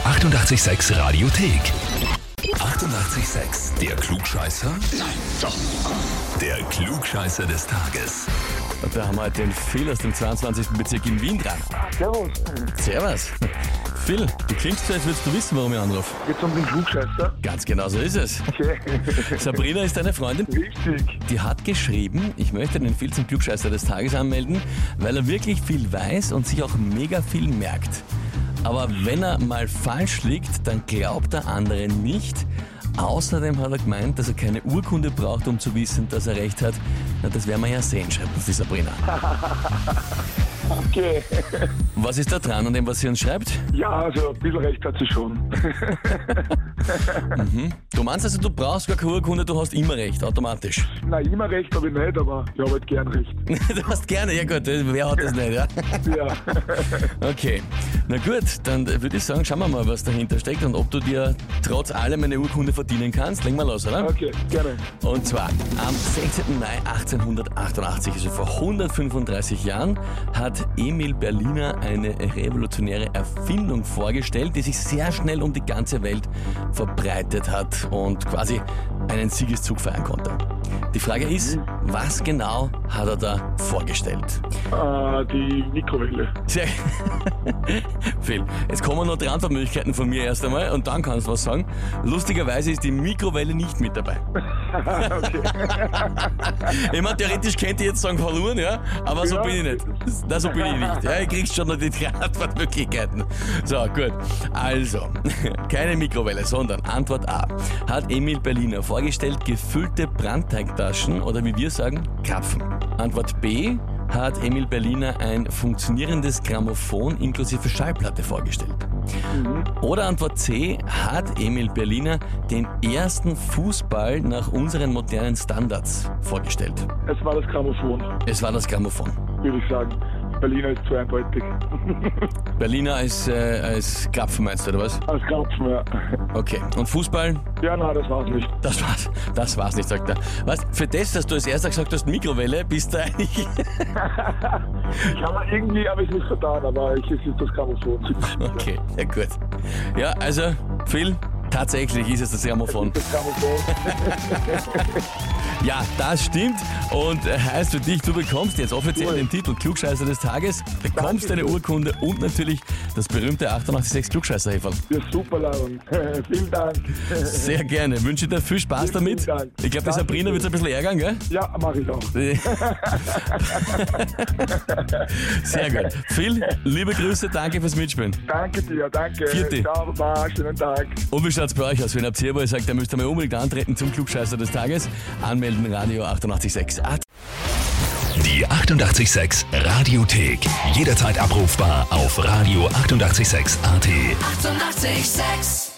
886 Radiothek. 88,6. Der Klugscheißer? Nein, doch. Der Klugscheißer des Tages. Und da haben wir heute den Phil aus dem 22. Bezirk in Wien dran. Servus. Servus. Phil, du klingst so, als würdest du wissen, warum ich anrufe. Geht's um den Klugscheißer? Ganz genau so ist es. Okay. Sabrina ist deine Freundin. Richtig. Die hat geschrieben, ich möchte den Phil zum Klugscheißer des Tages anmelden, weil er wirklich viel weiß und sich auch mega viel merkt. Aber wenn er mal falsch liegt, dann glaubt der andere nicht. Außerdem hat er gemeint, dass er keine Urkunde braucht, um zu wissen, dass er recht hat. Na, das werden wir ja sehen, schreibt uns die Sabrina. Okay. Was ist da dran an dem, was sie uns schreibt? Ja, also ein bisschen recht hat sie schon. Du meinst also, du brauchst gar keine Urkunde, du hast immer recht, automatisch. Nein, immer recht habe ich nicht, aber ich habe halt gern recht. Du hast gerne, ja gut, wer hat das nicht, ja? Ja. Okay, na gut, dann würde ich sagen, schauen wir mal, was dahinter steckt und ob du dir trotz allem eine Urkunde verdienen kannst. Legen wir los, oder? Okay, gerne. Und zwar am 16. Mai 1888, also vor 135 Jahren, hat Emil Berliner eine revolutionäre Erfindung vorgestellt, die sich sehr schnell um die ganze Welt verbreitet hat und quasi einen Siegeszug feiern konnte. Die Frage ist, was genau hat er da vorgestellt? Die Mikrowelle. Sehr Phil, jetzt kommen noch 3 Antwortmöglichkeiten von mir erst einmal und dann kannst du was sagen. Lustigerweise ist die Mikrowelle nicht mit dabei. Okay. Ich meine, theoretisch könnte ich jetzt sagen verloren, ja, aber so bin ich nicht. Na, so bin ich nicht. Ja, ich kriegst schon noch die 3 Antwortmöglichkeiten. So, gut. Also, keine Mikrowelle, sondern Antwort A. Hat Emil Berliner vorgestellt, gefüllte Brandteigtaschen oder wie wir sagen, Krapfen. Antwort B. Hat Emil Berliner ein funktionierendes Grammophon inklusive Schallplatte vorgestellt. Oder Antwort C. Hat Emil Berliner den ersten Fußball nach unseren modernen Standards vorgestellt. Es war das Grammophon, Es war das Grammophon. würde ich sagen. Berliner ist zu eindeutig. Berliner als Krapfen meinst du, oder was? Als Krapfen, ja. Okay. Und Fußball? Ja, nein, das war's nicht. Das war's nicht, sagt er. Was, für das, dass du als erster gesagt hast Mikrowelle, bist du eigentlich... Ich habe irgendwie, habe ich nicht vertan, aber es ist das Grammophon. Okay, ja gut. Ja, also, Phil, tatsächlich ist es das Grammophon. Das Grammophon. Ja, das stimmt und heißt für dich, du bekommst jetzt offiziell den Titel Klugscheißer des Tages, bekommst deine Urkunde und natürlich das berühmte 886 Klugscheißer-Häferl. Ja, super, Lauren. Vielen Dank. Sehr gerne. Wünsche dir viel Spaß damit. Vielen Dank. Ich glaube, die Sabrina wird es ein bisschen ärgern, gell? Ja, mache ich auch. Sehr gut. Phil, liebe Grüße, danke fürs Mitspielen. Danke dir, danke. Vierte. Ciao, Baba, schönen Tag. Und wie schaut's bei euch aus? Wenn ihr habt ihr sagt, ihr müsst einmal unbedingt antreten zum Klugscheißer des Tages, anmelden Radio 886. Die 88,6 Radiothek. Jederzeit abrufbar auf radio886.at. 88,6.